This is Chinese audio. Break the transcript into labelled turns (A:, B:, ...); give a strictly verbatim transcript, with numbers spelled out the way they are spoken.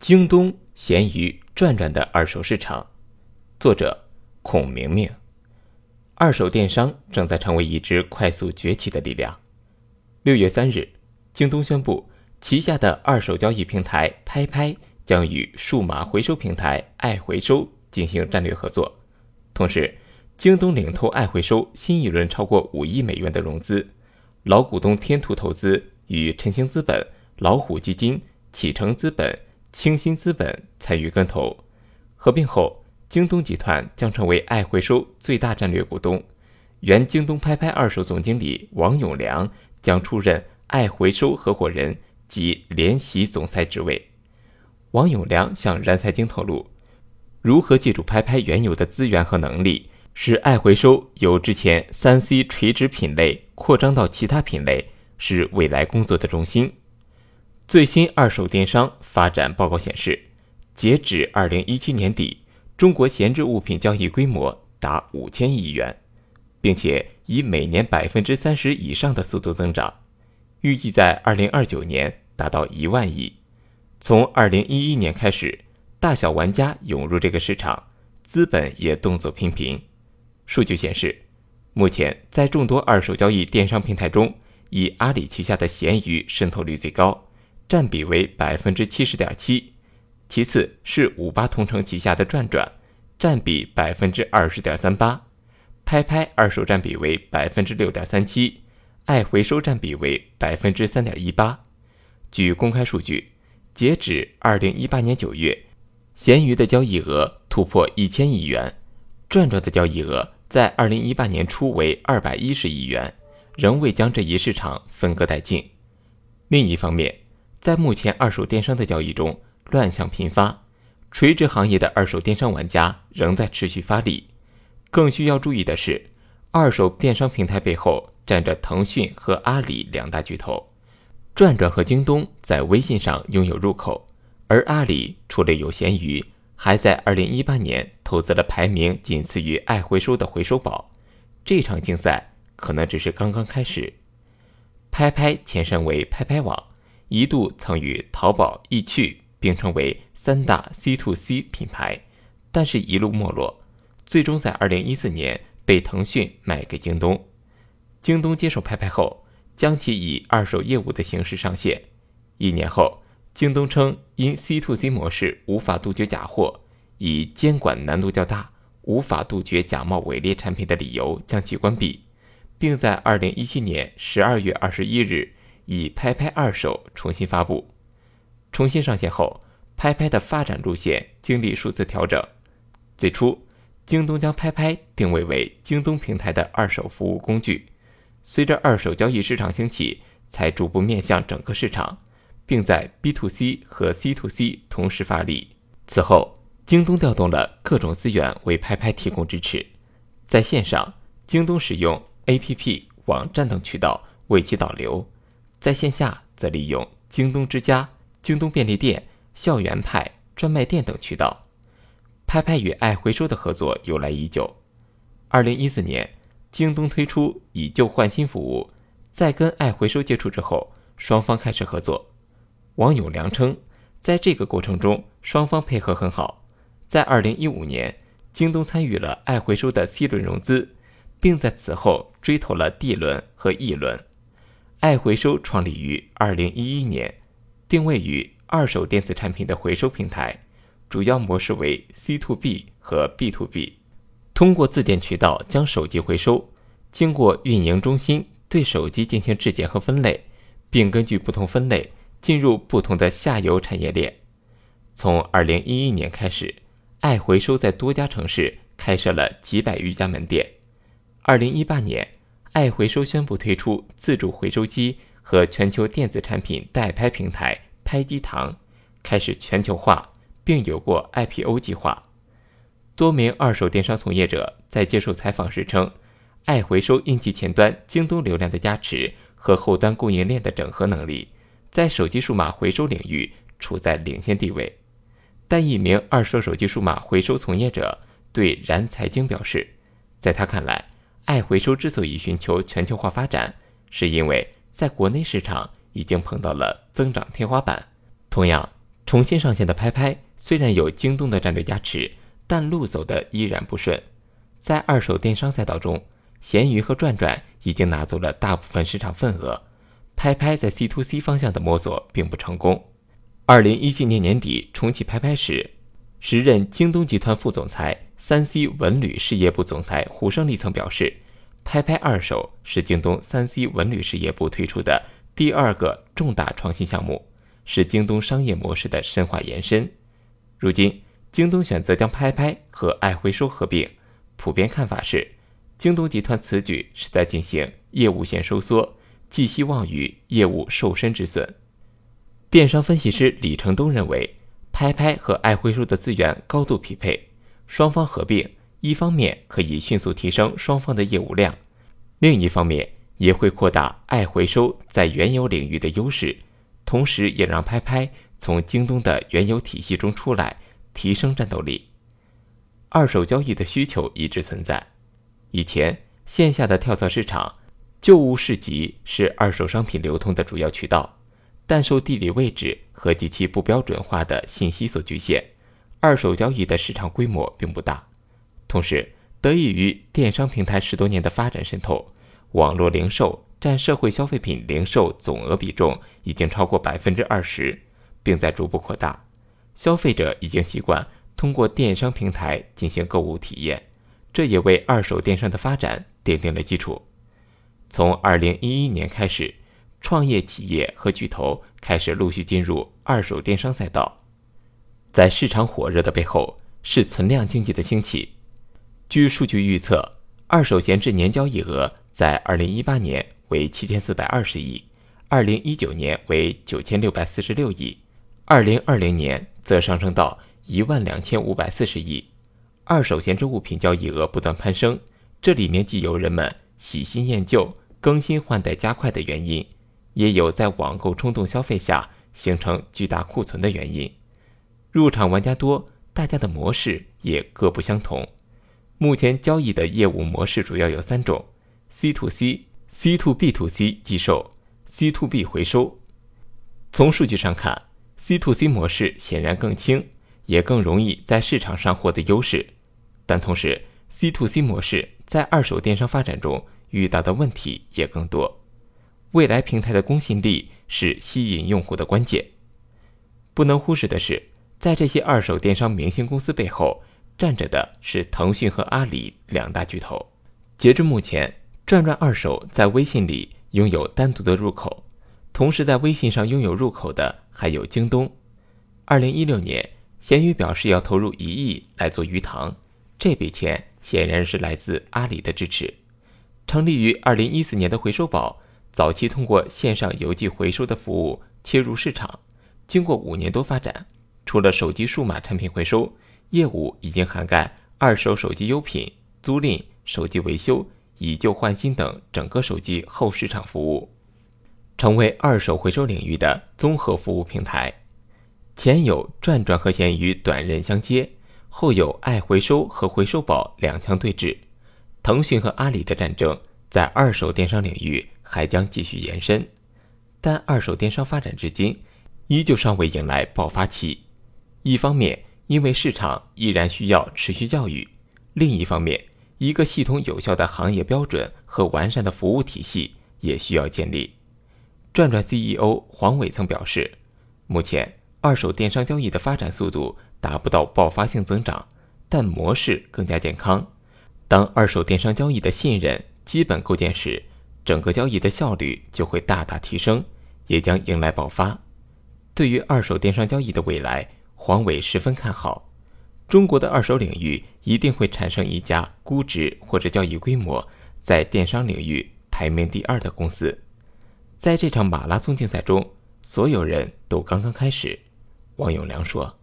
A: 京东、闲鱼、转转的二手市场，作者孔明明。二手电商正在成为一支快速崛起的力量。六月三日，京东宣布旗下的二手交易平台拍拍将与数码回收平台爱回收进行战略合作。同时，京东领投爱回收新一轮超过五亿美元的融资，老股东天图投资与晨星资本、老虎基金、启程资本、清新资本参与跟投。合并后，京东集团将成为爱回收最大战略股东。原京东拍拍二手总经理王永良将出任爱回收合伙人及联席总裁职位。王永良向然财经透露，如何借助拍拍原有的资源和能力，使爱回收由之前 三 C 垂直品类扩张到其他品类，是未来工作的重心。最新二手电商发展报告显示，截止二零一七年底，中国闲置物品交易规模达五千亿元，并且以每年百分之三十以上的速度增长，预计在二零二九年达到一万亿。从二零一一年开始，大小玩家涌入这个市场，资本也动作频频。数据显示，目前在众多二手交易电商平台中，以阿里旗下的闲鱼渗透率最高，占比为 百分之七十点七， 其次是五八同城旗下的转转，占比 百分之二十点三八， 拍拍二手占比为 百分之六点三七， 爱回收占比为 百分之三点一八。 据公开数据，截止二零一八年九月，闲鱼的交易额突破一千亿元，转转的交易额在二零一八年初为二百一十亿元，仍未将这一市场分割殆尽。另一方面，在目前二手电商的交易中，乱象频发，垂直行业的二手电商玩家仍在持续发力。更需要注意的是，二手电商平台背后站着腾讯和阿里两大巨头，转转和京东在微信上拥有入口，而阿里除了有闲鱼，还在二零一八年投资了排名仅次于爱回收的回收宝。这场竞赛可能只是刚刚开始。拍拍前身为拍拍网，一度曾与淘宝、易趣并称为三大 C to C 品牌，但是一路没落，最终在二零一四年被腾讯卖给京东。京东接手拍拍后，将其以二手业务的形式上线。一年后，京东称因 C to C 模式无法杜绝假货，以监管难度较大，无法杜绝假冒伪劣产品的理由将其关闭，并在二零一七年十二月二十一日以拍拍二手重新发布。重新上线后，拍拍的发展路线经历数次调整。最初，京东将拍拍定位为京东平台的二手服务工具，随着二手交易市场兴起，才逐步面向整个市场，并在 B to C 和 C to C 同时发力。此后，京东调动了各种资源为拍拍提供支持。在线上，京东使用 A P P、网站等渠道为其导流；在线下则利用京东之家、京东便利店、校园派、专卖店等渠道。拍拍与爱回收的合作由来已久。二零一四年，京东推出以旧换新服务，在跟爱回收接触之后，双方开始合作。王永良称，在这个过程中，双方配合很好。在二零一五年，京东参与了爱回收的 C 轮融资，并在此后追投了 D 轮和 E 轮。爱回收创立于二零一一年，定位于二手电子产品的回收平台，主要模式为 C to B 和 B to B， 通过自建渠道将手机回收，经过运营中心对手机进行质检和分类，并根据不同分类进入不同的下游产业链。从二零一一年开始，爱回收在多家城市开设了几百余家门店。二零一八年，爱回收宣布推出自主回收机和全球电子产品代拍平台拍机堂，开始全球化，并有过 I P O 计划。多名二手电商从业者在接受采访时称，爱回收因其前端京东流量的加持和后端供应链的整合能力，在手机数码回收领域处在领先地位。但一名二手手机数码回收从业者对然财经表示，在他看来，爱回收之所以寻求全球化发展，是因为在国内市场已经碰到了增长天花板。同样， 重新上线的拍拍虽然有京东的战略加持，但路走的依然不顺。在二手电商赛道中，闲鱼和转转已经拿走了大部分市场份额，拍拍在 C to C 方向的摸索并不成功。二零一七年年底重启拍拍时，时任京东集团副总裁、三 C 文旅事业部总裁胡胜利曾表示，拍拍二手是京东三 C 文旅事业部推出的第二个重大创新项目，是京东商业模式的深化延伸。如今，京东选择将拍拍和爱回收合并，普遍看法是，京东集团此举是在进行业务线收缩，寄希望于业务瘦身之损。电商分析师李成东认为，拍拍和爱回收的资源高度匹配，双方合并，一方面可以迅速提升双方的业务量，另一方面也会扩大爱回收在原有领域的优势，同时也让拍拍从京东的原有体系中出来，提升战斗力。二手交易的需求一直存在，以前线下的跳蚤市场、旧物市集是二手商品流通的主要渠道，但受地理位置和极其不标准化的信息所局限，二手交易的市场规模并不大。同时，得益于电商平台十多年的发展渗透，网络零售占社会消费品零售总额比重已经超过 百分之二十， 并在逐步扩大。消费者已经习惯通过电商平台进行购物体验，这也为二手电商的发展奠定了基础。从二零一一年开始，创业企业和巨头开始陆续进入二手电商赛道。在市场火热的背后，是存量经济的兴起。据数据预测，二手闲置年交易额在二零一八年为七千四百二十亿，二零一九年为九千六百四十六亿，二零二零年则上升到一万两千五百四十亿。二手闲置物品交易额不断攀升，这里面既有人们喜新厌旧、更新换代加快的原因，也有在网购冲动消费下形成巨大库存的原因。入场玩家多，大家的模式也各不相同。目前交易的业务模式主要有三种： C to C、C to B to C 寄售、C to B 回收。从数据上看， C to C 模式显然更轻，也更容易在市场上获得优势，但同时 C to C 模式在二手电商发展中遇到的问题也更多。未来平台的公信力是吸引用户的关键。不能忽视的是，在这些二手电商明星公司背后，站着的是腾讯和阿里两大巨头。截至目前，转转二手在微信里拥有单独的入口，同时在微信上拥有入口的还有京东。二零一六年，闲鱼表示要投入一亿来做鱼塘，这笔钱显然是来自阿里的支持。成立于二零一四年的回收宝，早期通过线上邮寄回收的服务切入市场，经过五年多发展，除了手机数码产品回收，业务已经涵盖二手手机优品、租赁、手机维修、以旧换新等整个手机后市场服务，成为二手回收领域的综合服务平台。前有转转和闲鱼短刃相接，后有爱回收和回收宝两强对峙。腾讯和阿里的战争在二手电商领域还将继续延伸，但二手电商发展至今依旧尚未迎来爆发期。一方面，因为市场依然需要持续教育；另一方面，一个系统有效的行业标准和完善的服务体系也需要建立。转转 C E O 黄伟曾表示，目前二手电商交易的发展速度达不到爆发性增长，但模式更加健康。当二手电商交易的信任基本构建时，整个交易的效率就会大大提升，也将迎来爆发。对于二手电商交易的未来，黄伟十分看好。中国的二手领域一定会产生一家估值或者交易规模在电商领域排名第二的公司。在这场马拉松竞赛中，所有人都刚刚开始。王永良说。